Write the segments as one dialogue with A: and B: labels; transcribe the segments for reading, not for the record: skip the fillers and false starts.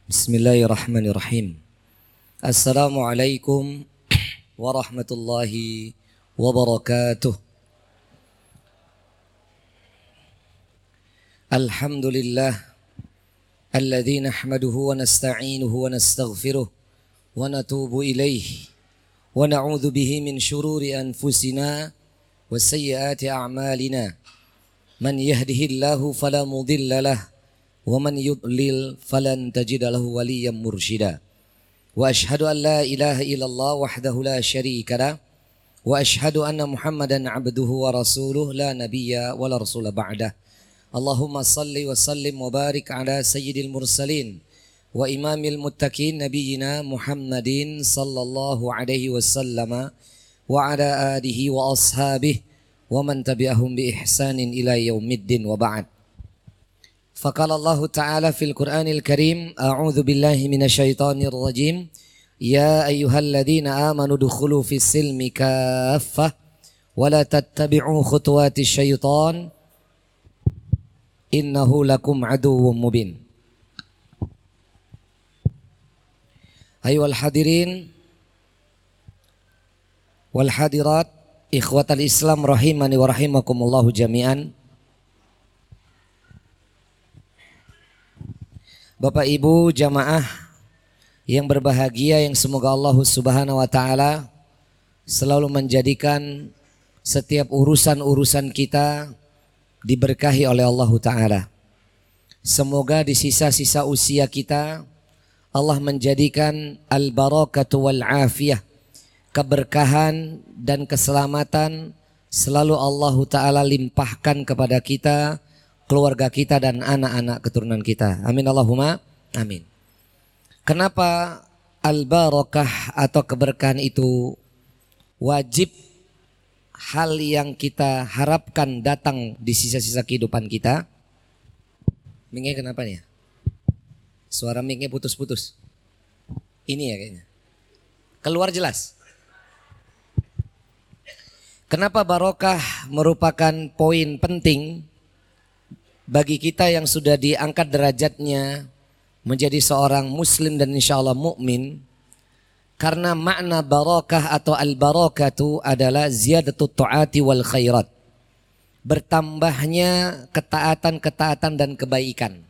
A: Bismillahirrahmanirrahim. Assalamualaikum warahmatullahi wabarakatuh. Alhamdulillah alladzi nahmaduhu wa nasta'inuhu wa nastaghfiruh wa natubu ilaih wa na'udzu bihi min shururi anfusina wa sayyiati a'malina. Man yahdihillahu fala mudilla lahu wa man yudlil falan tajida lahu waliyyan mursyida. Wa ashhadu an la ilaha illallah wahdahu la syarika lah wa ashhadu anna Muhammadan abduhu wa rasuluh la nabiyya wa la rasula ba'dah. Allahumma salli wa sallim wa barik ala sayyidil mursalin wa imamil muttaqin nabiyyina Muhammadin sallallahu alaihi wasallam wa ala alihi wa ashabihi wa man tabi'ahum bi ihsanin ila yaumiddin wa ba'd. Faqala Allah Ta'ala fil Qur'anil Karim, a'udzu billahi minasyaitonir rajim. Ya ayyuhalladzina amanu dukhulu fis silmi kaffah wa la tattabi'u khutuwatis syaitan innahu lakum aduwwum mubin. Ayyuhal hadirin wal hadirat, ikhwatal Islam rahimani wa rahimakumullahu jami'an. Bapak Ibu jamaah yang berbahagia, yang semoga Allah Subhanahu wa taala selalu menjadikan setiap urusan-urusan kita diberkahi oleh Allah taala. Semoga di sisa-sisa usia kita Allah menjadikan al-barakatu wal afiyah, keberkahan dan keselamatan selalu Allah taala limpahkan kepada kita, keluarga kita dan anak-anak keturunan kita. Amin Allahumma amin. Kenapa al-barakah atau keberkahan itu wajib hal yang kita harapkan datang di sisa-sisa kehidupan kita? Miknya kenapa nih? Suara miknya putus-putus. Ini ya kayaknya. Keluar jelas. Kenapa barokah merupakan poin penting bagi kita yang sudah diangkat derajatnya menjadi seorang muslim dan insya Allah mukmin? Karena makna barakah atau al-barakatu adalah ziyadatut ta'ati wal khairat, bertambahnya ketaatan-ketaatan dan kebaikan.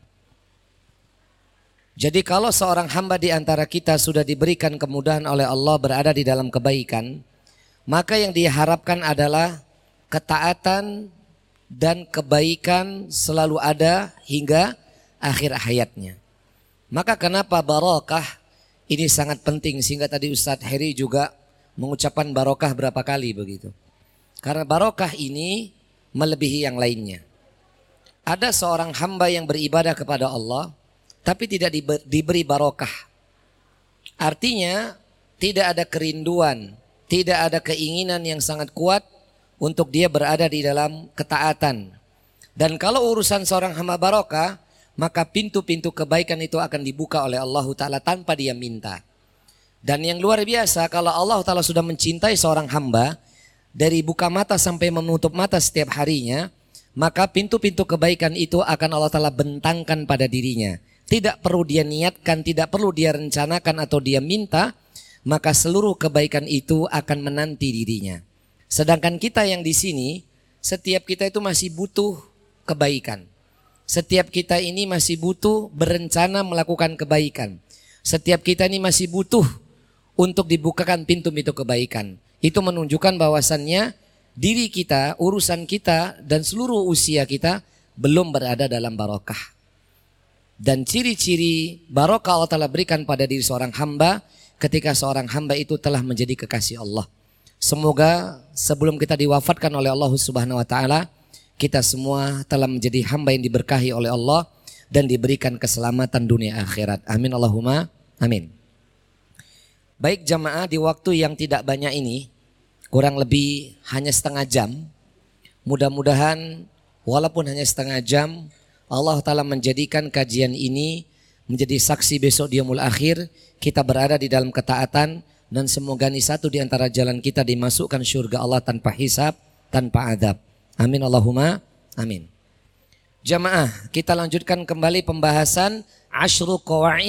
A: Jadi kalau seorang hamba di antara kita sudah diberikan kemudahan oleh Allah berada di dalam kebaikan, maka yang diharapkan adalah ketaatan dan kebaikan selalu ada hingga akhir hayatnya. Maka kenapa barakah ini sangat penting, sehingga tadi Ustadz Heri juga mengucapkan barakah berapa kali begitu. Karena barakah ini melebihi yang lainnya. Ada seorang hamba yang beribadah kepada Allah tapi tidak diberi barakah. Artinya tidak ada kerinduan, tidak ada keinginan yang sangat kuat untuk dia berada di dalam ketaatan. Dan kalau urusan seorang hamba barakah, maka pintu-pintu kebaikan itu akan dibuka oleh Allah Ta'ala tanpa dia minta. Dan yang luar biasa, kalau Allah Ta'ala sudah mencintai seorang hamba, dari buka mata sampai menutup mata setiap harinya, maka pintu-pintu kebaikan itu akan Allah Ta'ala bentangkan pada dirinya. Tidak perlu dia niatkan, tidak perlu dia rencanakan atau dia minta, maka seluruh kebaikan itu akan menanti dirinya. Sedangkan kita yang di sini, setiap kita itu masih butuh kebaikan. Setiap kita ini masih butuh berencana melakukan kebaikan. Setiap kita ini masih butuh untuk dibukakan pintu-pintu kebaikan. Itu menunjukkan bahwasannya diri kita, urusan kita dan seluruh usia kita belum berada dalam barakah. Dan ciri-ciri barakah Allah Ta'ala berikan pada diri seorang hamba ketika seorang hamba itu telah menjadi kekasih Allah. Semoga sebelum kita diwafatkan oleh Allah Subhanahu wa taala, kita semua telah menjadi hamba yang diberkahi oleh Allah dan diberikan keselamatan dunia akhirat. Amin Allahumma amin. Baik jamaah, di waktu yang tidak banyak ini, kurang lebih hanya setengah jam, mudah-mudahan walaupun hanya setengah jam, Allah Ta'ala menjadikan kajian ini menjadi saksi besok di yaumul akhir, kita berada di dalam ketaatan. Dan semoga ini satu di antara jalan kita dimasukkan syurga Allah tanpa hisab, tanpa adab. Amin Allahumma amin. Jamaah, kita lanjutkan kembali pembahasan Asyru Qawaid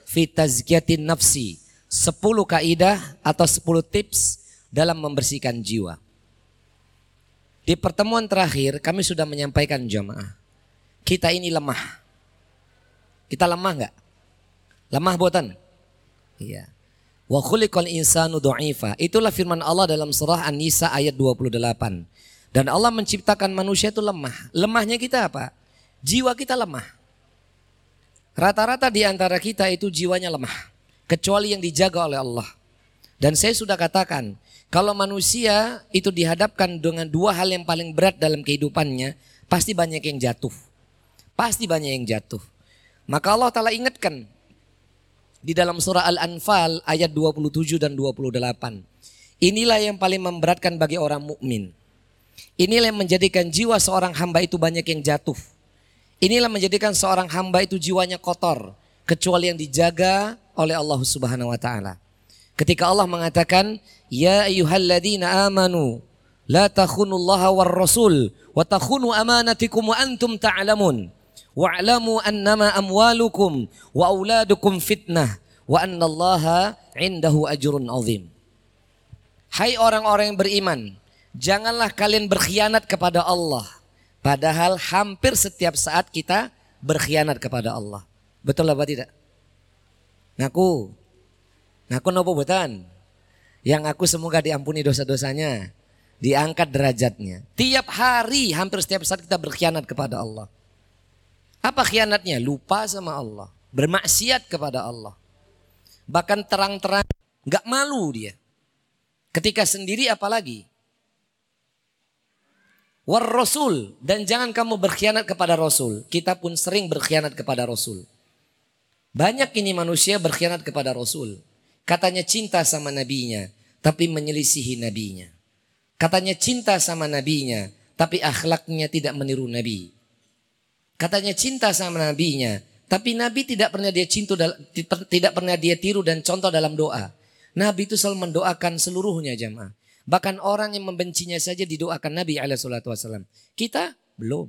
A: fi tazkiyatin nafsi. 10 kaidah atau 10 tips dalam membersihkan jiwa. Di pertemuan terakhir kami sudah menyampaikan jamaah, kita ini lemah. Kita lemah enggak? Lemah buatan? Iya. Wa khuliqal insanu dha'ifa. Itulah firman Allah dalam surah An-Nisa ayat 28. Dan Allah menciptakan manusia itu lemah. Lemahnya kita apa? Jiwa kita lemah. Rata-rata di antara kita itu jiwanya lemah, kecuali yang dijaga oleh Allah. Dan saya sudah katakan, kalau manusia itu dihadapkan dengan 2 hal yang paling berat dalam kehidupannya, pasti banyak yang jatuh. Pasti banyak yang jatuh. Maka Allah Ta'ala ingatkan di dalam surah Al-Anfal ayat 27 dan 28. Inilah yang paling memberatkan bagi orang mukmin. Inilah yang menjadikan jiwa seorang hamba itu banyak yang jatuh. Inilah menjadikan seorang hamba itu jiwanya kotor, kecuali yang dijaga oleh Allah Subhanahu wa taala. Ketika Allah mengatakan, "Ya ayyuhalladzina amanu la takhunullaha war rasul wa takhunu amanatikum wa antum ta'lamun. Wa'lamu annama amwalukum wa auladukum fitnah wa annallaha 'indahu ajrun 'azim." Hai orang-orang yang beriman, janganlah kalian berkhianat kepada Allah. Padahal hampir setiap saat kita berkhianat kepada Allah. Betul apa tidak? Ngaku nopo botan. Yang aku semoga diampuni dosa-dosanya, diangkat derajatnya. Tiap hari hampir setiap saat kita berkhianat kepada Allah. Apa khianatnya? Lupa sama Allah, bermaksiat kepada Allah. Bahkan terang-terang gak malu dia. Ketika sendiri apalagi. War Rasul, dan jangan kamu berkhianat kepada Rasul. Kita pun sering berkhianat kepada Rasul. Banyak ini manusia berkhianat kepada Rasul. Katanya cinta sama nabinya, tapi menyelisihi nabinya. Katanya cinta sama nabinya, tapi akhlaknya tidak meniru nabi. Katanya cinta sama nabinya, tapi nabi tidak pernah dia tiru dan contoh dalam doa. Nabi itu selalu mendoakan seluruhnya jamaah. Bahkan orang yang membencinya saja didoakan Nabi SAW. Kita belum.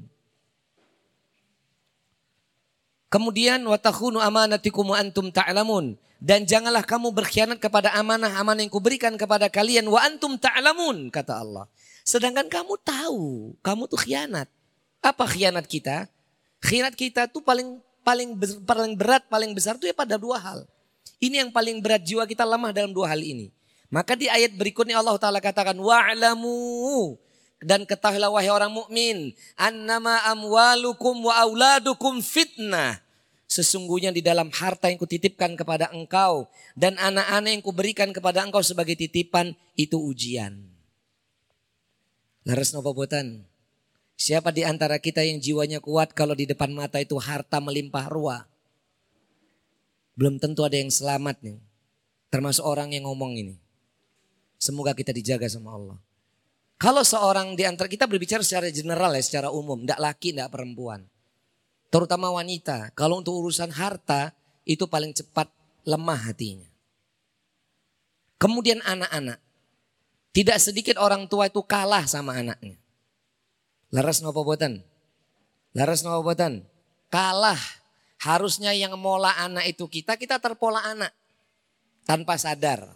A: Kemudian watakhunu amanatikum wa antum ta'lamun. Dan janganlah kamu berkhianat kepada amanah-amanah yang kuberikan kepada kalian wa antum ta'lamun, kata Allah. Sedangkan kamu tahu, kamu tuh khianat. Apa khianat kita? Khianat kita tuh paling berat, paling besar tuh ya pada 2 hal. Ini yang paling berat, jiwa kita lemah dalam 2 hal ini. Maka di ayat berikutnya Allah Ta'ala katakan wa'lamu, dan ketahuilah wahai orang mukmin, annama amwalukum wa auladukum fitnah. Sesungguhnya di dalam harta yang kutitipkan kepada engkau dan anak-anak yang kuberikan kepada engkau sebagai titipan itu ujian. Laras napa boten? Siapa di antara kita yang jiwanya kuat kalau di depan mata itu harta melimpah ruah? Belum tentu ada yang selamat nih. Termasuk orang yang ngomong ini. Semoga kita dijaga sama Allah. Kalau seorang di antara kita berbicara secara general ya, secara umum, tidak laki, tidak perempuan. Terutama wanita, kalau untuk urusan harta itu paling cepat lemah hatinya. Kemudian anak-anak. Tidak sedikit orang tua itu kalah sama anaknya. Laras napa boten? Laras napa boten? Kalah. Harusnya yang mola anak itu kita terpola anak. Tanpa sadar.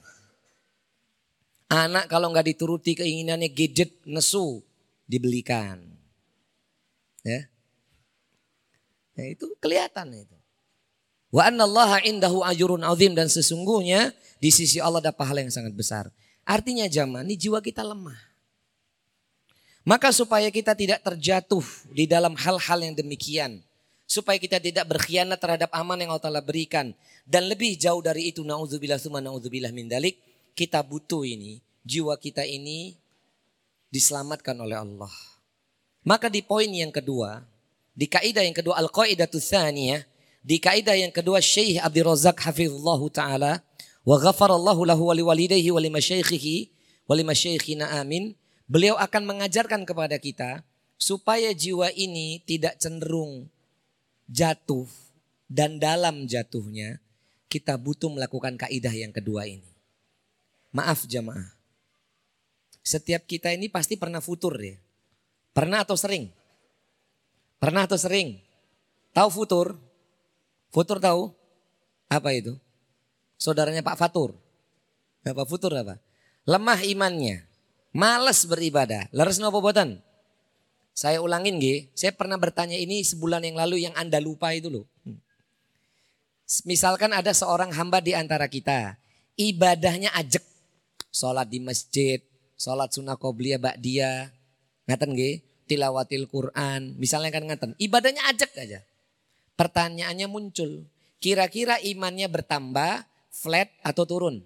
A: Anak kalau nggak dituruti keinginannya gadget, nesu, dibelikan. Ya. Nah, itu kelihatan itu. Wa annallaha indahu ajrun azim, dan sesungguhnya di sisi Allah ada pahala yang sangat besar. Artinya jamaah, ini jiwa kita lemah. Maka supaya kita tidak terjatuh di dalam hal-hal yang demikian, supaya kita tidak berkhianat terhadap aman yang Allah Ta'ala berikan, dan lebih jauh dari itu, na'udzubillah summa na'udzubillah min dalik, kita butuh ini, jiwa kita ini diselamatkan oleh Allah. Maka di poin yang kedua, di kaidah yang kedua, al-qaidatu tsaniyah, di kaidah yang kedua Syekh Abdul Razak hafizallahu taala wa ghafarallahu lahu wa liwalidayhi wa limasyaikhihi wa limasyaikhina amin. Beliau akan mengajarkan kepada kita supaya jiwa ini tidak cenderung jatuh, dan dalam jatuhnya kita butuh melakukan kaidah yang kedua ini. Maaf jamaah. Setiap kita ini pasti pernah futur ya. Pernah atau sering? Pernah atau sering? Tahu futur? Futur tahu? Apa itu? Saudaranya Pak Fatur. Pak Fatur apa? Lemah imannya. Males beribadah. Leres napa boten? Saya ulangin nggih. Saya pernah bertanya ini sebulan yang lalu yang Anda lupa itu loh. Misalkan ada seorang hamba di antara kita. Ibadahnya ajek. Sholat di masjid. Sholat sunnah qobliyah ba'diyah. Ngaten nggih? Tilawatil Quran. Misalnya kan ngaten. Ibadahnya ajek aja. Pertanyaannya muncul. Kira-kira imannya bertambah, flat atau turun?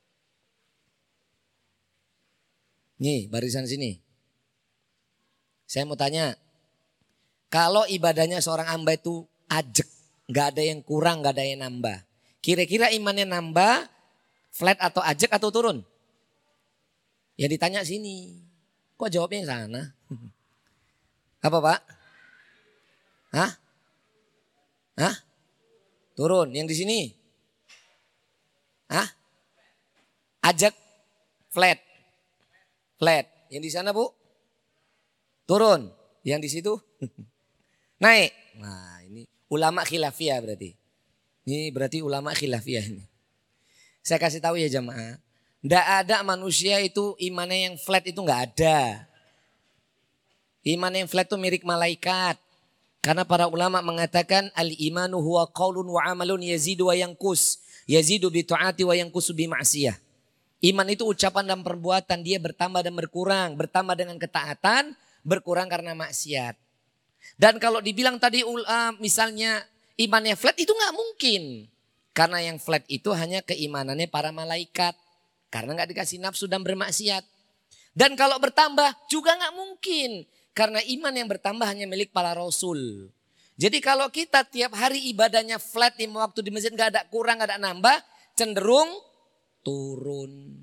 A: Nih barisan sini. Saya mau tanya. Kalau ibadahnya seorang hamba itu ajek. Gak ada yang kurang, gak ada yang nambah. Kira-kira imannya nambah, flat atau ajek atau turun? Ya ditanya sini. Kok jawabnya yang sana? Apa Pak? Hah? Hah? Turun. Yang di sini? Hah? Ajak? Flat? Flat. Yang di sana Bu? Turun. Yang di situ? Naik. Nah ini ulama khilafiyah berarti. Ini berarti ulama khilafiyah ini. Saya kasih tahu ya jamaah. Tidak ada manusia itu imannya yang flat itu nggak ada. Iman yang flat itu mirip malaikat. Karena para ulama mengatakan al-imanu huwa qaulun wa amalun yazidu wa yanqus. Yazidu bi ta'ati wa yanqusu bi ma'siyah. Iman itu ucapan dan perbuatan, dia bertambah dan berkurang, bertambah dengan ketaatan, berkurang karena maksiat. Dan kalau dibilang tadi misalnya imannya flat itu nggak mungkin. Karena yang flat itu hanya keimanannya para malaikat. Karena nggak dikasih nafsu dan bermaksiat. Dan kalau bertambah juga nggak mungkin. Karena iman yang bertambah hanya milik para rasul. Jadi kalau kita tiap hari ibadahnya flat, waktu di masjid gak ada kurang, gak ada nambah, cenderung turun.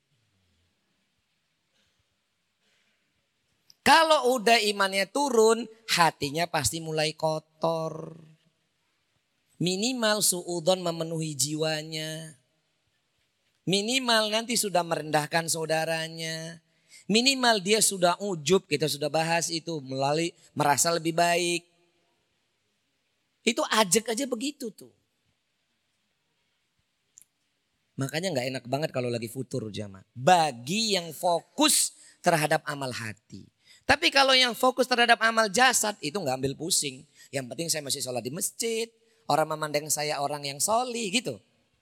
A: Kalau udah imannya turun, hatinya pasti mulai kotor. Minimal suudzon memenuhi jiwanya. Minimal nanti sudah merendahkan saudaranya. Minimal dia sudah ujub, kita sudah bahas itu, melalui merasa lebih baik. Itu ajak aja begitu tuh. Makanya gak enak banget kalau lagi futur jamaah. Bagi yang fokus terhadap amal hati. Tapi kalau yang fokus terhadap amal jasad itu gak ambil pusing. Yang penting saya masih sholat di masjid. Orang memandang saya orang yang sholih gitu.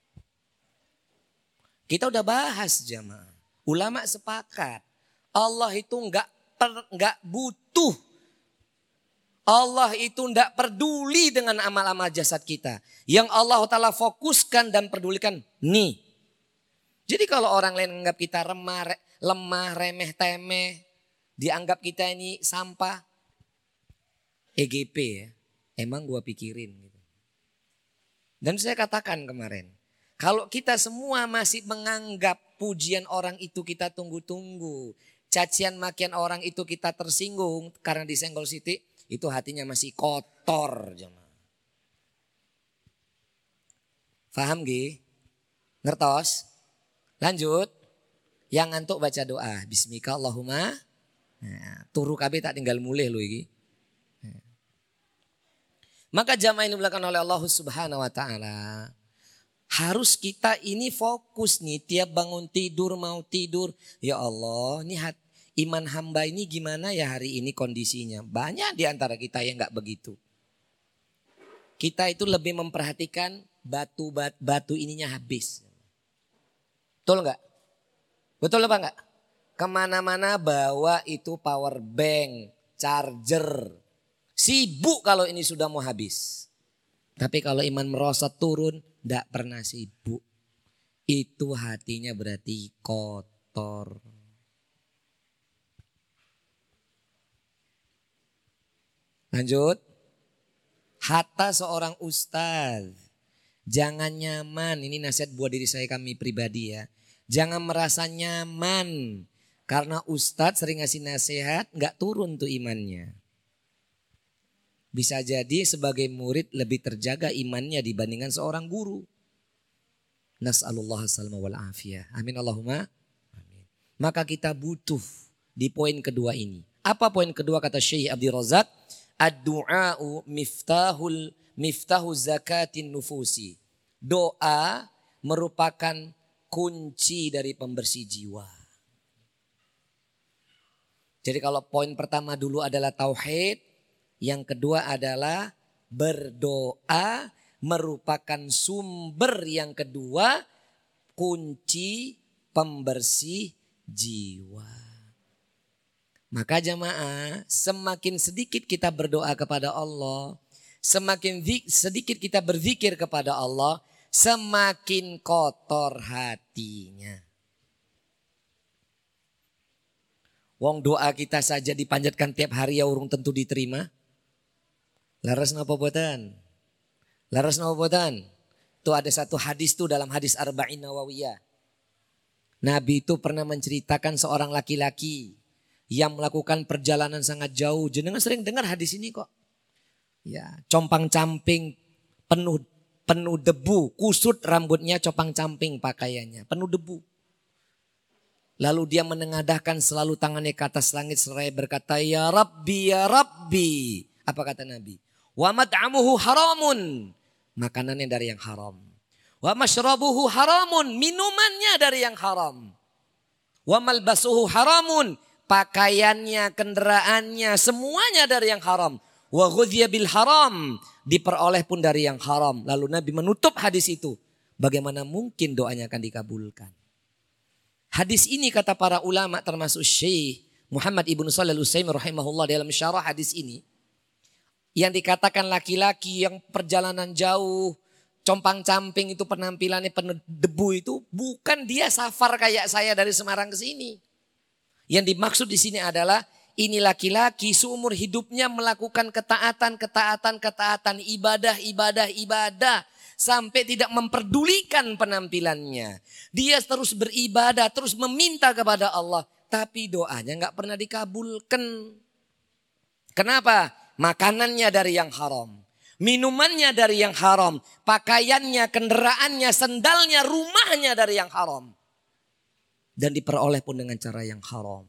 A: Kita udah bahas jamaah. Ulama sepakat. Allah itu enggak butuh. Allah itu enggak peduli dengan amal-amal jasad kita. Yang Allah Ta'ala fokuskan dan pedulikan nih. Jadi kalau orang lain menganggap kita lemah, remeh, temeh. Dianggap kita ini sampah. EGP ya. Emang gua pikirin. Gitu. Dan saya katakan kemarin. Kalau kita semua masih menganggap pujian orang itu kita tunggu-tunggu. Cacian makian orang itu kita tersinggung karena disenggol Siti, itu hatinya masih kotor. Faham Gi? Ngertos? Lanjut. Yang ngantuk baca doa. Bismika Allahumma. Nah, turu kabeh tak tinggal mulih loh iki. Maka jamaah ini dimuliakan oleh Allah Subhanahu wa taala. Harus kita ini fokus nih tiap bangun tidur mau tidur. Ya Allah ini iman hamba ini gimana ya hari ini kondisinya. Banyak di antara kita yang gak begitu. Kita itu lebih memperhatikan batu ininya habis. Betul gak? Betul apa gak? Kemana-mana bawa itu power bank, charger. Sibuk kalau ini sudah mau habis. Tapi kalau iman merosot turun, tidak pernah sibuk. Itu hatinya berarti kotor. Lanjut. Hatta seorang ustaz. Jangan nyaman, ini nasihat buat diri saya kami pribadi ya. Jangan merasa nyaman. Karena ustaz sering ngasih nasihat, gak turun tuh imannya. Bisa jadi sebagai murid lebih terjaga imannya dibandingkan seorang guru. Nas'alullah salama wal afiyah. Amin Allahumma. Amin. Maka kita butuh di poin kedua ini. Apa poin kedua kata Syekh Abdul Razak? Ad-du'a'u miftahu zakatin nufusi. Doa merupakan kunci dari pembersih jiwa. Jadi kalau poin pertama dulu adalah tauhid, yang kedua adalah berdoa merupakan sumber yang kedua, kunci pembersih jiwa. Maka jamaah, semakin sedikit kita berdoa kepada Allah, semakin sedikit kita berzikir kepada Allah, semakin kotor hatinya. Wong doa kita saja dipanjatkan tiap hari ya urung tentu diterima. Laras napa boten? Laras napa boten? Tuh ada satu hadis tuh dalam hadis Arba'in Nawawiyah. Nabi itu pernah menceritakan seorang laki-laki yang melakukan perjalanan sangat jauh. Jenengan sering dengar hadis ini kok. Ya, compang-camping, penuh debu, kusut rambutnya, compang-camping pakaiannya, penuh debu. Lalu dia menengadahkan selalu tangannya ke atas langit seraya berkata, Ya Rabbi, Ya Rabbi. Apa kata Nabi? Wa mat'amuhu haramun. Makanannya dari yang haram. Wa mashrabuhu haramun. Minumannya dari yang haram. Wa malbasuhu haramun. Pakaiannya, kendaraannya, semuanya dari yang haram. Wa ghudhiya bil haram. Diperoleh pun dari yang haram. Lalu Nabi menutup hadis itu. Bagaimana mungkin doanya akan dikabulkan? Hadis ini kata para ulama termasuk Syekh Muhammad Ibnu Shalih Al-Utsaimin rahimahullah dalam syarah hadis ini. Yang dikatakan laki-laki yang perjalanan jauh, compang-camping itu penampilannya penuh debu itu bukan dia safar kayak saya dari Semarang ke sini. Yang dimaksud di sini adalah ini laki-laki seumur hidupnya melakukan ketaatan, ibadah. Sampai tidak memperdulikan penampilannya. Dia terus beribadah, terus meminta kepada Allah. Tapi doanya gak pernah dikabulkan. Kenapa? Makanannya dari yang haram. Minumannya dari yang haram. Pakaiannya, kendaraannya, sendalnya, rumahnya dari yang haram. Dan diperoleh pun dengan cara yang haram.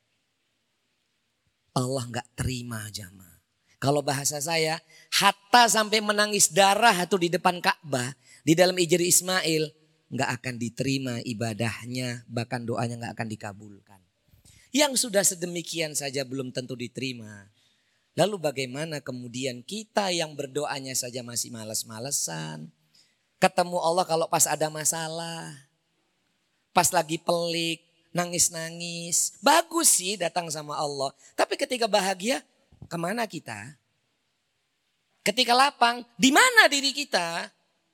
A: Allah gak terima jamaah. Kalau bahasa saya, Hatta sampai menangis darah itu di depan Ka'bah, di dalam Ijri Ismail, nggak akan diterima ibadahnya, bahkan doanya nggak akan dikabulkan. Yang sudah sedemikian saja belum tentu diterima. Lalu bagaimana kemudian kita yang berdoanya saja masih malas-malesan, ketemu Allah kalau pas ada masalah, pas lagi pelik, nangis-nangis, bagus sih datang sama Allah. Tapi ketika bahagia, kemana kita? Ketika lapang, di mana diri kita?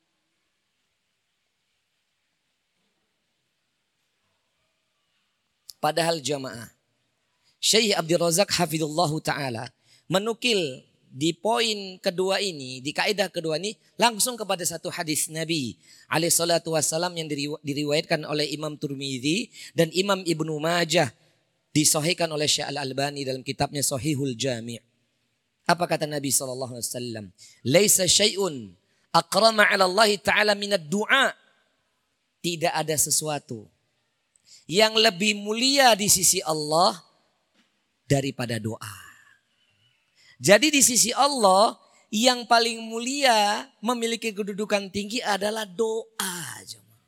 A: Padahal jamaah, Syekh Abdul Razak hafizullahu ta'ala menukil di poin kedua ini, di kaidah kedua ini langsung kepada satu hadis Nabi alaihi salatu wassalam yang diriwayatkan oleh Imam Tirmidzi dan Imam Ibnu Majah, disahihkan oleh Syekh Al-Albani dalam kitabnya Shahihul Jami'. Apa kata Nabi SAW? Laisa syai'un aqrama 'ala Allah Ta'ala minad du'a. Tidak ada sesuatu yang lebih mulia di sisi Allah daripada doa. Jadi di sisi Allah yang paling mulia memiliki kedudukan tinggi adalah doa.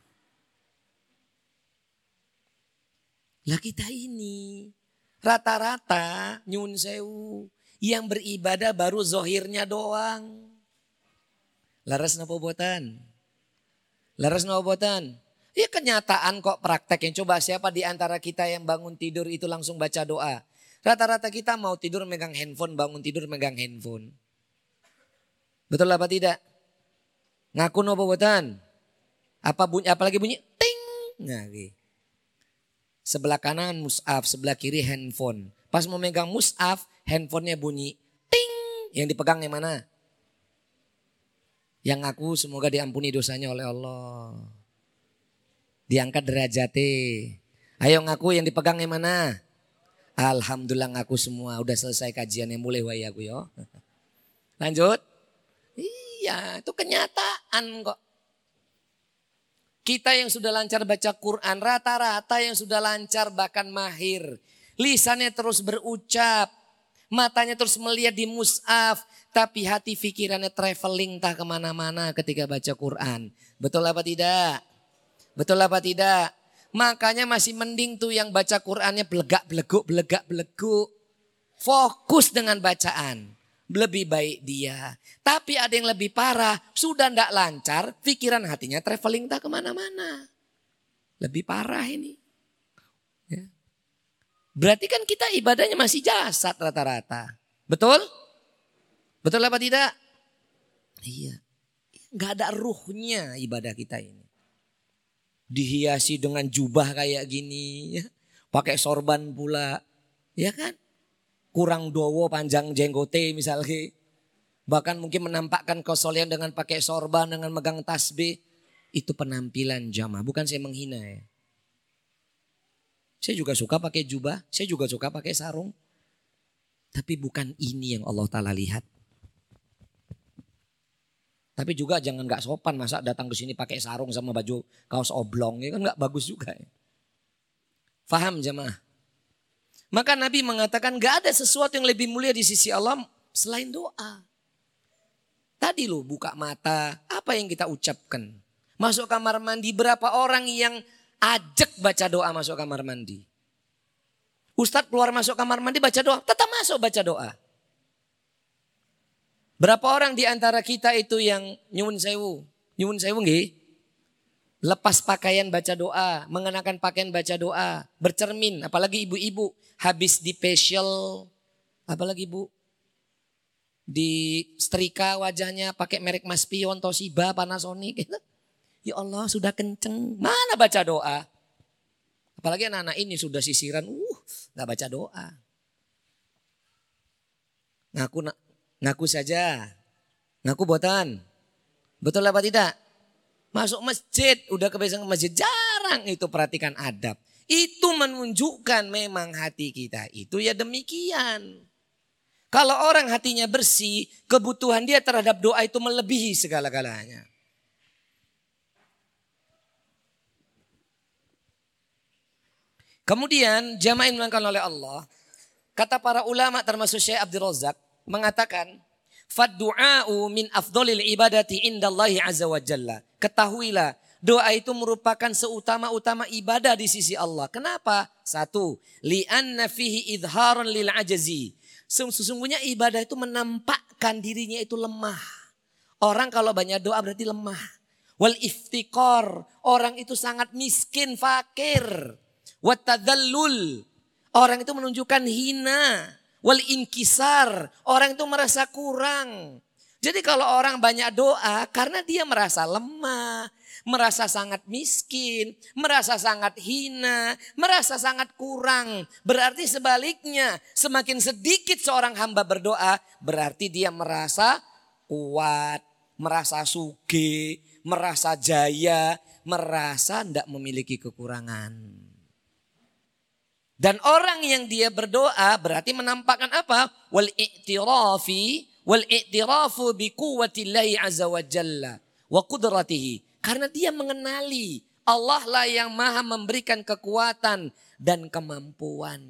A: Lah kita ini rata-rata nyun sewu. Yang beribadah baru zohirnya doang. Laras napa boten? Laras napa boten? Ya kenyataan kok prakteknya. Coba siapa di antara kita yang bangun tidur itu langsung baca doa? Rata-rata kita mau tidur megang handphone, bangun tidur megang handphone. Betul apa tidak? Ngaku napa boten? Apalagi bunyi ting. Nah, gitu. Sebelah kanan mushaf, sebelah kiri handphone. Pas mau megang mushaf, handphonenya bunyi ting. Yang dipegang yang mana? Yang ngaku semoga diampuni dosanya oleh Allah. Diangkat derajatnya. Ayo ngaku yang dipegang yang mana? Alhamdulillah ngaku semua. Udah selesai kajiannya, mulai wae aku yo. Lanjut. Iya, itu kenyataan kok. Kita yang sudah lancar baca Quran, rata-rata yang sudah lancar bahkan mahir. Lisannya terus berucap. Matanya terus melihat di mushaf. Tapi hati pikirannya traveling entah kemana-mana ketika baca Quran. Betul apa tidak? Betul apa tidak? Makanya masih mending tuh yang baca Qurannya belegak-beleguk. Fokus dengan bacaan. Lebih baik dia. Tapi ada yang lebih parah. Sudah tidak lancar, pikiran hatinya traveling entah kemana-mana. Lebih parah ini. Ya. Berarti kan kita ibadahnya masih jasad rata-rata. Betul? Betul apa tidak? Iya. Gak ada ruhnya ibadah kita ini. Dihiasi dengan jubah kayak gini. Ya. Pakai sorban pula. Ya kan? Kurang dowo panjang jenggote misalnya. Bahkan mungkin menampakkan kesolehan dengan pakai sorban, dengan megang tasbih. Itu penampilan jamaah. Bukan saya menghina ya. Saya juga suka pakai jubah. Saya juga suka pakai sarung. Tapi bukan ini yang Allah Ta'ala lihat. Tapi juga jangan gak sopan masa datang ke sini pakai sarung sama baju kaos oblong. Ya kan gak bagus juga ya. Faham jamaah? Maka Nabi mengatakan gak ada sesuatu yang lebih mulia di sisi Allah selain doa. Tadi loh buka mata, apa yang kita ucapkan? Masuk kamar mandi, berapa orang yang ajak baca doa masuk kamar mandi? Ustadz keluar masuk kamar mandi baca doa, tetap masuk baca doa. Berapa orang di antara kita itu yang nyuwun sewu nggih? Lepas pakaian baca doa, mengenakan pakaian baca doa, bercermin, apalagi ibu-ibu habis di facial, apalagi Bu, di setrika wajahnya pakai merek Maspion, Toshiba, Panasonic gitu. Ya Allah sudah kenceng, mana baca doa? Apalagi anak-anak ini sudah sisiran, nggak baca doa. Ngaku saja, ngaku botan. Betul apa tidak? Masuk masjid, udah kebiasaan ke masjid, jarang itu perhatikan adab. Itu menunjukkan memang hati kita itu ya demikian. Kalau orang hatinya bersih, kebutuhan dia terhadap doa itu melebihi segala-galanya. Kemudian jamaah yang dimuliakan oleh Allah, kata para ulama termasuk Syekh Abdul Razak mengatakan, "Fad-du'a'u min afdhalil ibadati indallahi azza wa jalla." Ketahuilah, doa itu merupakan seutama-utama ibadah di sisi Allah. Kenapa? Satu, li'anna fihi idharan lil ajazi. Sesungguhnya ibadah itu menampakkan dirinya itu lemah. Orang kalau banyak doa berarti lemah. Wal iftiqar, orang itu sangat miskin, fakir. Wat tadallul, orang itu menunjukkan hina. Wal inkisar, orang itu merasa kurang. Jadi kalau orang banyak doa karena dia merasa lemah, merasa sangat miskin, merasa sangat hina, merasa sangat kurang. Berarti sebaliknya, semakin sedikit seorang hamba berdoa, berarti dia merasa kuat, merasa sugih, merasa jaya, merasa tidak memiliki kekurangan. Dan orang yang dia berdoa berarti menampakkan apa? Wal i'tirafu bi quwwatillahi azza wa jalla wa qudratihi. Karena dia mengenali Allah lah yang maha memberikan kekuatan dan kemampuan.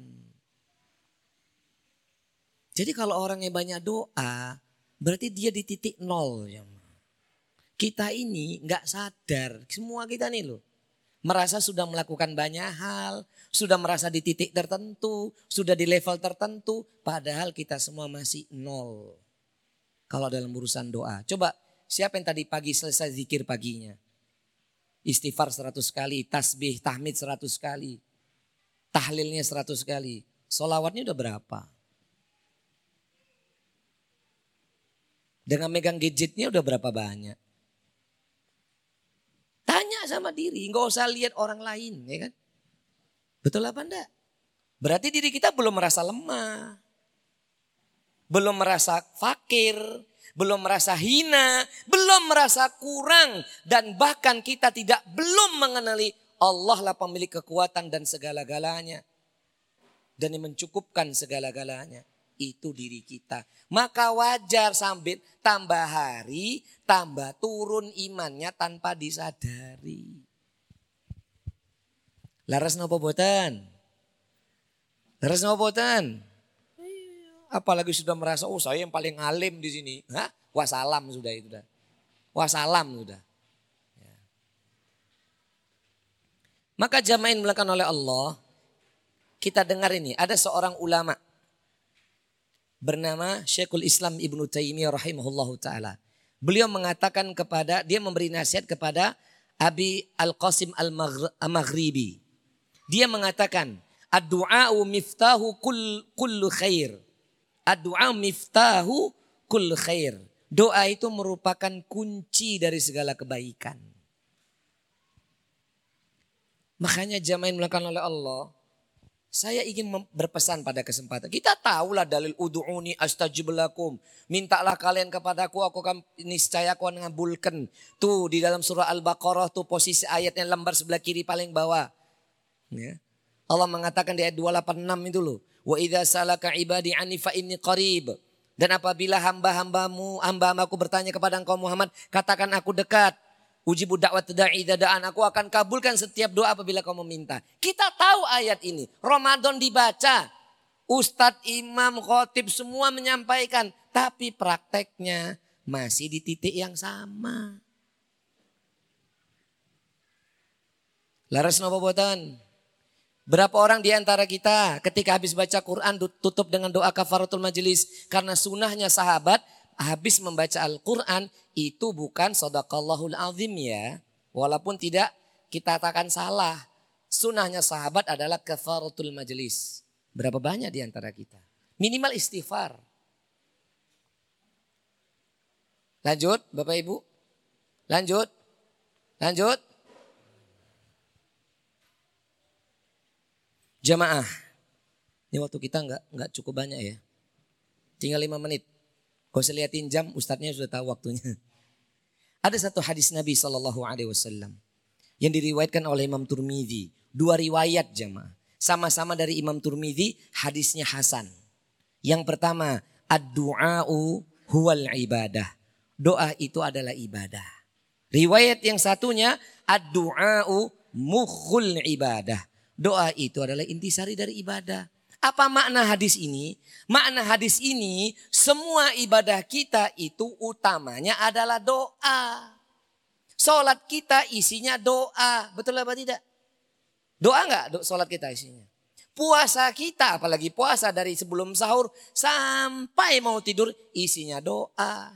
A: Jadi kalau orang yang banyak doa berarti dia di titik nol. Kita ini nggak sadar, semua kita nih loh. Merasa sudah melakukan banyak hal, sudah merasa di titik tertentu, sudah di level tertentu. Padahal kita semua masih nol. Kalau dalam urusan doa. Coba siapa yang tadi pagi selesai zikir paginya? Istighfar 100 kali, tasbih, tahmid 100 kali. Tahlilnya 100 kali. Sholawatnya udah berapa? Dengan megang gadgetnya udah berapa banyak? Tanya sama diri, nggak usah lihat orang lain, ya kan? Betul apa enggak? Berarti diri kita belum merasa lemah. Belum merasa fakir, belum merasa hina, belum merasa kurang. Dan bahkan kita belum mengenali Allah lah pemilik kekuatan dan segala-galanya. Dan yang mencukupkan segala-galanya. Itu diri kita. Maka wajar sambil tambah hari, tambah turun imannya tanpa disadari. Laras napa boten? Laras napa boten? Apalagi sudah merasa, oh saya yang paling alim di sini. Hah? Wassalam sudah itu. Wassalam sudah. Ya. Maka jamaah yang dimuliakan oleh Allah, kita dengar ini, ada seorang ulama bernama Syekhul Islam Ibnu Taimiyah rahimahullahu ta'ala. Beliau mengatakan dia memberi nasihat kepada Abi Al-Qasim Al-Maghribi. Dia mengatakan, ad-du'a'u miftahu kullu khair. Ad-du'a miftahu kullu khair. Doa itu merupakan kunci dari segala kebaikan. Makanya jamaah yang dimuliakan oleh Allah, saya ingin berpesan pada kesempatan. Kita tahulah dalil ud'uni astajib lakum. Mintalah kalian kepadaku, aku akan niscaya aku akan ngabulkan. Tuh di dalam surah Al-Baqarah tuh posisi ayatnya lembar sebelah kiri paling bawah. Ya. Allah mengatakan di ayat 286 itu loh. Wa idza salaka ibadi anni fa inni qarib. Dan apabila hamba-hambaku bertanya kepada engkau Muhammad, katakan aku dekat. Ujibu da'wat da'i idza da'an, aku akan kabulkan setiap doa apabila kau meminta. Kita tahu ayat ini. Ramadan dibaca. Ustadz, imam, khotib semua menyampaikan. Tapi prakteknya masih di titik yang sama. Laras napa boten? Berapa orang di antara kita ketika habis baca Quran tutup dengan doa kafaratul majelis. Karena sunnahnya sahabat habis membaca Al-Quran itu bukan shadaqallahul azim ya. Walaupun tidak kita katakan salah. Sunnahnya sahabat adalah kafaratul majelis. Berapa banyak di antara kita? Minimal istighfar. Lanjut Bapak Ibu. Lanjut. Jamaah, ini waktu kita nggak cukup banyak ya. Tinggal 5 menit. Gak usah liatin jam, ustadznya sudah tahu waktunya. Ada satu hadis Nabi SAW yang diriwayatkan oleh Imam Turmidzi. 2 riwayat jamaah. Sama-sama dari Imam Turmidzi, hadisnya hasan. Yang pertama, ad-du'a'u huwal ibadah. Doa itu adalah ibadah. Riwayat yang satunya, ad-du'a'u mukhul ibadah. Doa itu adalah intisari dari ibadah. Apa makna hadis ini? Makna hadis ini semua ibadah kita itu utamanya adalah doa. Salat kita isinya doa. Betul apa tidak? Doa enggak salat kita isinya? Puasa kita apalagi puasa dari sebelum sahur sampai mau tidur isinya doa.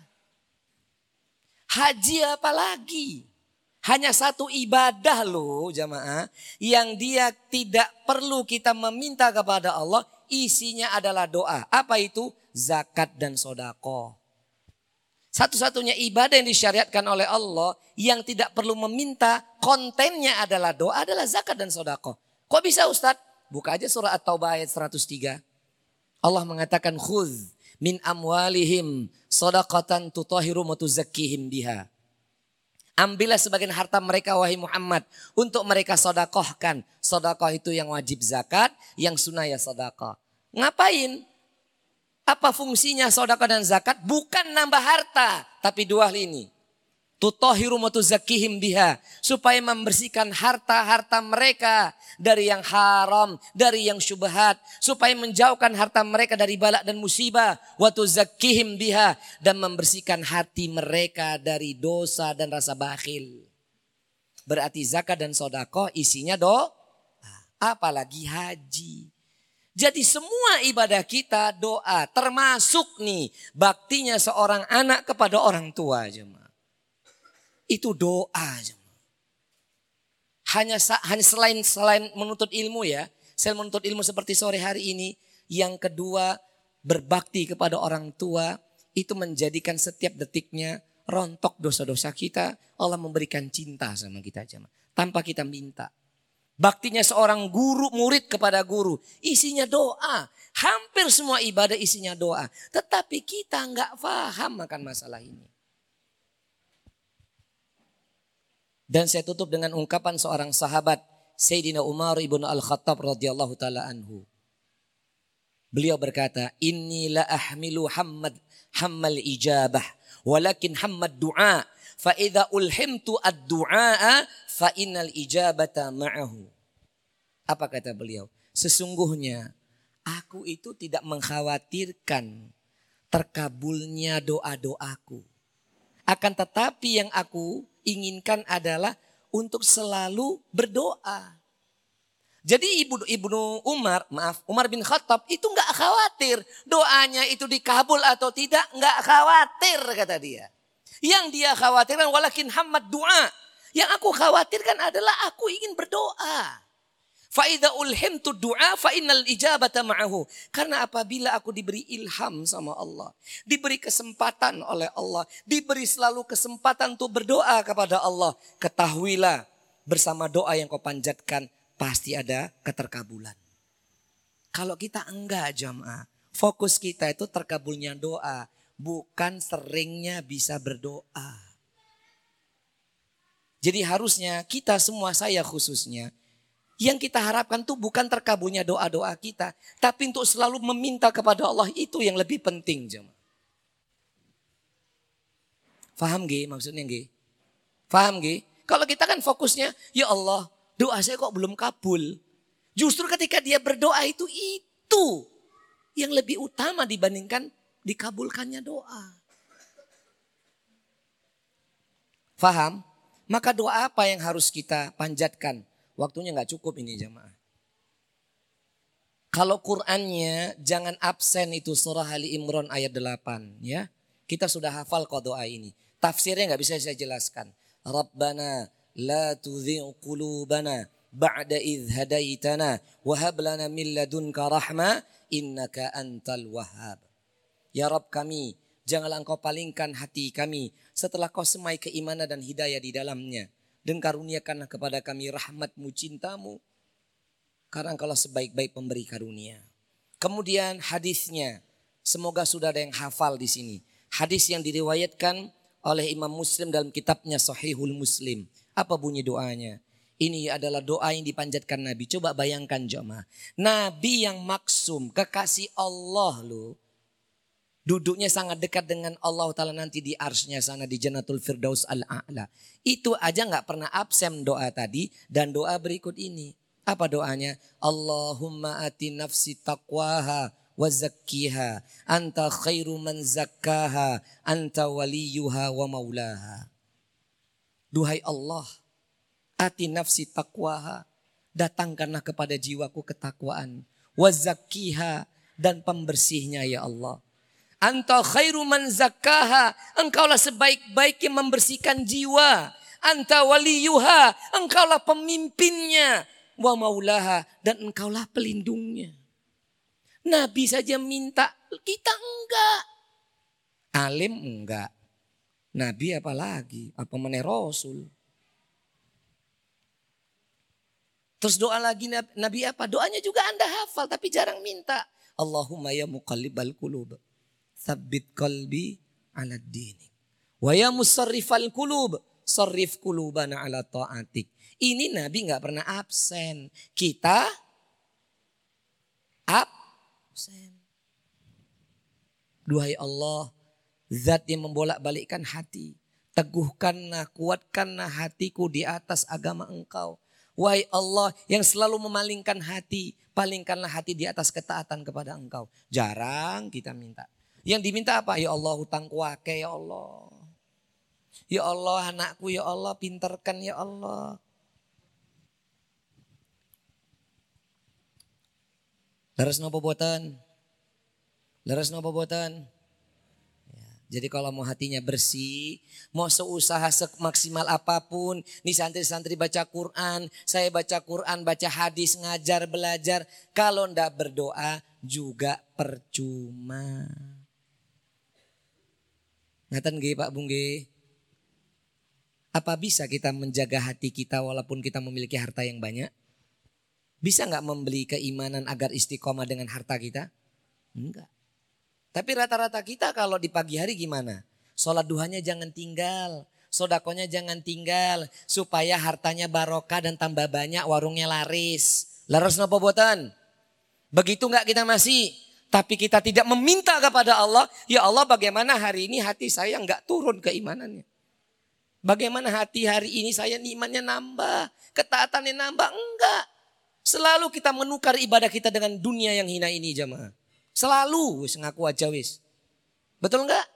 A: Haji apalagi? Hanya satu ibadah loh jamaah. Yang dia tidak perlu kita meminta kepada Allah. Isinya adalah doa. Apa itu? Zakat dan sodako. Satu-satunya ibadah yang disyariatkan oleh Allah. Yang tidak perlu meminta. Kontennya adalah doa. Adalah zakat dan sodako. Kok bisa Ustadz? Buka aja surah At-Taubah ayat 103. Allah mengatakan khudz min amwalihim sodaqatan tutahhirum wa tuzakkihim biha. Ambillah sebagian harta mereka wahai Muhammad. Untuk mereka sodakohkan. Sodakoh itu yang wajib zakat. Yang sunnah ya sodakoh. Ngapain? Apa fungsinya sodakoh dan zakat? Bukan nambah harta. Tapi 2 hal ini. Tutahhirum wa tuzakkihim biha. Supaya membersihkan harta-harta mereka. Dari yang haram. Dari yang syubhat. Supaya menjauhkan harta mereka dari balak dan musibah. Wa tuzakkihim biha. Dan membersihkan hati mereka dari dosa dan rasa bakhil. Berarti zakat dan sedekah isinya doa. Apalagi haji. Jadi semua ibadah kita doa. Termasuk nih baktinya seorang anak kepada orang tua jemaah. Itu doa. Hanya selain menuntut ilmu ya. Selain menuntut ilmu seperti sore hari ini. Yang kedua berbakti kepada orang tua. Itu menjadikan setiap detiknya rontok dosa-dosa kita. Allah memberikan cinta sama kita jemaah. Tanpa kita minta. Baktinya seorang guru murid kepada guru. Isinya doa. Hampir semua ibadah isinya doa. Tetapi kita nggak paham akan masalah ini. Dan saya tutup dengan ungkapan seorang sahabat Sayyidina Umar ibn Al-Khattab radhiyallahu taala anhu. Beliau berkata, "Inni la ahmilu hammal ijabah, walakin hammad du'a, fa idza ulhimtu ad-du'a fa innal ijabata ma'ahu." Apa kata beliau? Sesungguhnya Aku itu tidak mengkhawatirkan terkabulnya doa-doaku. Akan tetapi yang aku inginkan adalah untuk selalu berdoa. Jadi Umar bin Khattab itu nggak khawatir doanya itu dikabul atau tidak, nggak khawatir kata dia. Yang dia khawatirkan walakin hamad doa. Yang aku khawatirkan adalah aku ingin berdoa. Faida ulhimtu du'a fa innal ijabata ma'ahu. Karena apabila aku diberi ilham sama Allah, diberi kesempatan oleh Allah, diberi selalu kesempatan untuk berdoa kepada Allah, ketahuilah bersama doa yang kau panjatkan pasti ada keterkabulan. Kalau kita enggak jamaah, fokus kita itu terkabulnya doa, bukan seringnya bisa berdoa. Jadi harusnya kita semua, saya khususnya, yang kita harapkan tuh bukan terkabulnya doa-doa kita, tapi untuk selalu meminta kepada Allah, itu yang lebih penting jemaah. Faham gak maksudnya gak? Faham gak? Kalau kita kan fokusnya, ya Allah doa saya kok belum kabul. Justru ketika dia berdoa itu yang lebih utama dibandingkan dikabulkannya doa. Faham? Maka doa apa yang harus kita panjatkan? Waktunya gak cukup ini jamaah. Kalau Qur'annya jangan absen itu surah Ali Imran ayat 8 ya. Kita sudah hafal kok doa ini. Tafsirnya gak bisa saya jelaskan. Rabbana la tuzigh qulubana ba'da idh hadaitana wa hab lana min ladunka rahmah innaka antal wahhab. Ya Rabb kami, janganlah engkau palingkan hati kami setelah kau semai keimanan dan hidayah di dalamnya. Dan karuniakanlah kepada kami rahmatmu, cintamu. Karena engkaulah sebaik-baik pemberi karunia. Kemudian hadisnya, semoga sudah ada yang hafal di sini. Hadis yang diriwayatkan oleh Imam Muslim dalam kitabnya Sahihul Muslim. Apa bunyi doanya? Ini adalah doa yang dipanjatkan Nabi. Coba bayangkan jemaah. Nabi yang maksum, kekasih Allah loh. Duduknya sangat dekat dengan Allah Ta'ala nanti di arsy-Nya sana di Jannatul Firdaus Al-A'la. Itu aja gak pernah absen doa tadi dan doa berikut ini. Apa doanya? Allahumma ati nafsi taqwaha wa zakkiha. Anta khairu man zakkaha. Anta waliyuha wa maulaha. Duhai Allah, ati nafsi taqwaha. Datangkanlah kepada jiwaku ketakwaan. Wa zakkiha, dan pembersihnya ya Allah. Anta khairu man zakkaha. Engkaulah sebaik-baik yang membersihkan jiwa. Anta waliyuha. Engkaulah pemimpinnya. Wa maulaha. Dan engkaulah pelindungnya. Nabi saja minta. Kita enggak. Alim enggak. Nabi apalagi. Apa mana Rasul. Terus doa lagi Nabi apa? Doanya juga Anda hafal tapi jarang minta. Allahumma ya muqallibal qulub. Tsabbit qalbi ala dinik. Wa ya musarrifal qulub, sarrif qulubana ala ta'atik. Ini Nabi enggak pernah absen. Kita absen. Duhai Allah, zat yang membolak-balikkan hati, teguhkanlah, kuatkanlah hatiku di atas agama Engkau. Wahai Allah yang selalu memalingkan hati, palingkanlah hati di atas ketaatan kepada Engkau. Jarang kita minta. Yang diminta apa? Ya Allah hutangku akeh ya Allah. Ya Allah anakku ya Allah pinterkan ya Allah. Leres napa boten? Leres napa boten? Ya, jadi kalau mau hatinya bersih, mau seusaha semaksimal apapun, nih santri-santri baca Quran, saya baca Quran, baca hadis, ngajar, belajar. Kalau ndak berdoa juga percuma. Ngaten nggih Pak Bung nggih. Apa bisa kita menjaga hati kita walaupun kita memiliki harta yang banyak? Bisa nggak membeli keimanan agar istiqomah dengan harta kita? Enggak. Tapi rata-rata kita kalau di pagi hari gimana? Sholat duhanya jangan tinggal. Sodakonya jangan tinggal. Supaya hartanya barokah dan tambah banyak warungnya laris. Laris napa boten? Begitu nggak kita masih? Tapi kita tidak meminta kepada Allah. Ya Allah bagaimana hari ini hati saya nggak turun keimanannya. Bagaimana hati hari ini saya imannya nambah. Ketaatannya nambah. Enggak. Selalu kita menukar ibadah kita dengan dunia yang hina ini jamaah. Selalu wis ngaku aja wis. Betul enggak?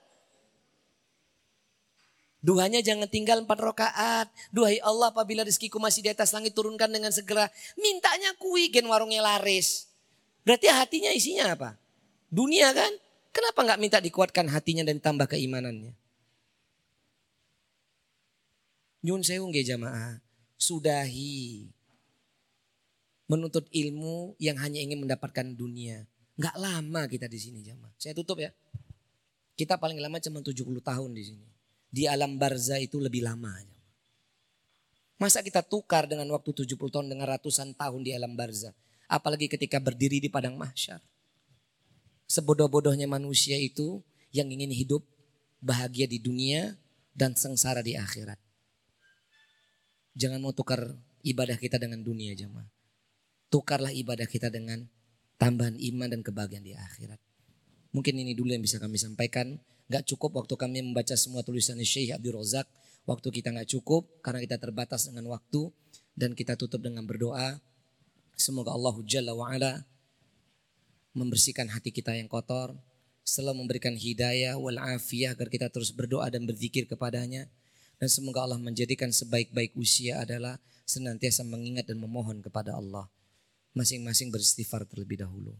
A: Duhanya jangan tinggal 4 rakaat. Duhai Allah, apabila rezekiku masih di atas langit, turunkan dengan segera. Mintanya kui gen warungnya laris. Berarti hatinya isinya apa? Dunia kan? Kenapa enggak minta dikuatkan hatinya dan ditambah keimanannya? Nyun sewu nggih jamaah. Sudahi menuntut ilmu yang hanya ingin mendapatkan dunia. Enggak lama kita di sini jamaah. Saya tutup ya. Kita paling lama cuma 70 tahun di sini. Di alam barzah itu lebih lama. Masa kita tukar dengan waktu 70 tahun dengan ratusan tahun di alam barzah. Apalagi ketika berdiri di padang mahsyar. Sebodoh-bodohnya manusia itu yang ingin hidup bahagia di dunia dan sengsara di akhirat. Jangan mau tukar ibadah kita dengan dunia jamaah. Tukarlah ibadah kita dengan tambahan iman dan kebahagiaan di akhirat. Mungkin ini dulu yang bisa kami sampaikan. Gak cukup waktu kami membaca semua tulisan Syekh Abdul Razak. Waktu kita gak cukup karena kita terbatas dengan waktu. Dan kita tutup dengan berdoa. Semoga Allah Jalla wa'ala membersihkan hati kita yang kotor. Selalu memberikan hidayah wal afiyah agar kita terus berdoa dan berzikir kepadanya. Dan semoga Allah menjadikan sebaik-baik usia adalah senantiasa mengingat dan memohon kepada Allah. Masing-masing beristighfar terlebih dahulu.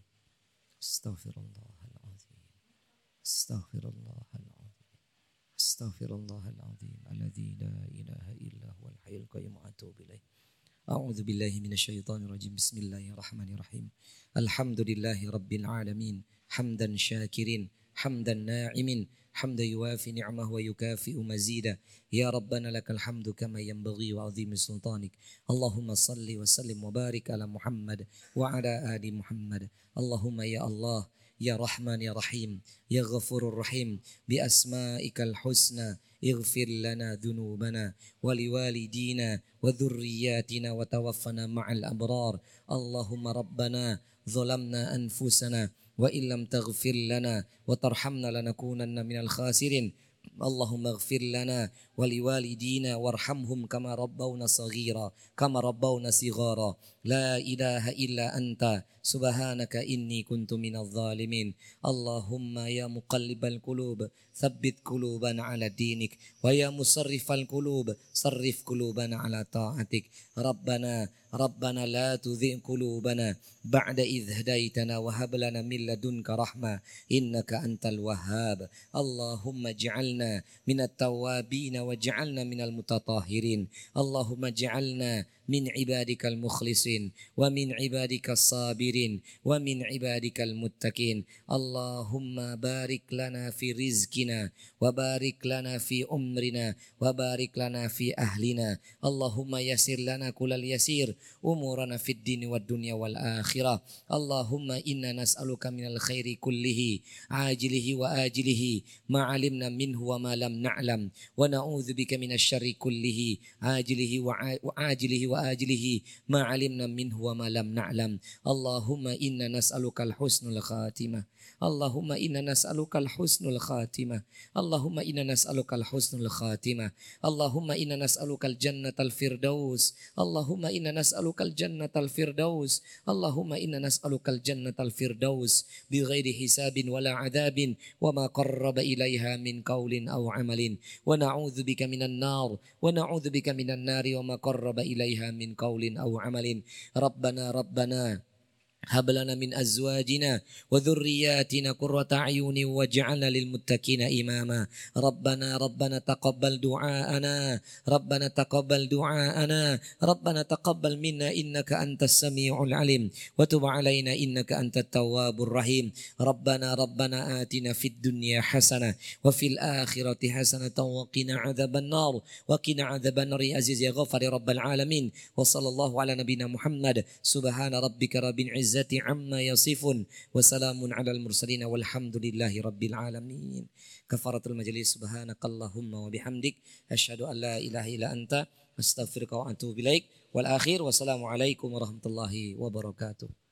A: Astaghfirullahaladzim. Astaghfirullahaladzim. Astaghfirullahaladzim. Alladzi la ilaha illa huwal hayyul qayyum wa atubu ilaih. A'udzu billahi minasyaitonir rajim. Bismillahirrahmanirrahim. Alhamdulillahi rabbil alamin. Hamdan syakirin, hamdan na'imin. حمدا يوافي نعمه ويكافئ مزيدا يا ربنا لك الحمد كما ينبغي وعظيم سلطانك اللهم صل وسلم وبارك على محمد وعلى آل محمد اللهم يا الله يا رحمن يا رحيم يا غفور الرحيم بأسمائك الحسنى اغفر لنا ذنوبنا ولوالدينا وذرياتنا وتوفنا مع الأبرار اللهم ربنا ظلمنا أنفسنا وإن لم تغفر لنا وترحمنا لنكونن من الخاسرين اللهم اغفر لنا ولوالدينا وارحمهم كما ربونا صغيرا كما ربونا صغارا لا إله إلا أنت سبحانك إني كنت من الظالمين اللهم يا مقلب القلوب ثبت قلوبنا على دينك ويا مصرف القلوب صرف قلوبنا على طاعتك ربنا لا تذق قلوبنا بعد إذ هديتنا وهب لنا من لدنك رحمة إنك أنت الوهاب اللهم اجعلنا من التوابين واجعلنا من المتطهرين اللهم اجعلنا من عبادك المخلصين ومن عبادك الصابرين ومن عبادك المتقين اللهم بارك لنا في رزقنا وبارك لنا في أمرنا وبارك لنا في أهلنا اللهم يسر لنا كل اليسير أمورنا في الدين والدنيا والآخرة اللهم إنا نسألك من الخير كله عاجله وآجله ما علمنا منه وما لم نعلم ونعوذ بك من الشر كله عاجله وآجله ما علمنا منه وما لم نعلم اللهم إنا نسألك الحسن الخاتمة اللهم إنا نسألك الحسن الخاتمة اللهم إنا نسألك الحسن الخاتمة اللهم إنا نسألك الجنة الفردوس اللهم إنا نسألك الجنة الفردوس اللهم إنا نسألك الجنة الفردوس بغير حساب ولا عذاب وما قرب إليها من قول أو عمل ونعوذ بك من النار وما قرب إليها من قول أو عمل ربنا هب لنا من أزواجنا وذرياتنا قرة أعين واجعلنا للمتقين إماما ربنا تقبل دعاءنا ربنا تقبل منا إنك أنت السميع العليم وتب علينا إنك أنت التواب الرحيم ربنا آتنا في الدنيا حسنة وفي الآخرة حسنة وقنا عذاب النار يا عزيز يا غفر رب العالمين وصلى الله على نبينا محمد سبحان ربك رب العزة عما يصفون وسلام على المرسلين والحمد لله رب العالمين كفارة المجلس سبحانك اللهم وبحمدك أشهد أن لا إله إلا أنت أستغفرك وأتوب إليك والآخر والسلام عليكم ورحمة الله وبركاته.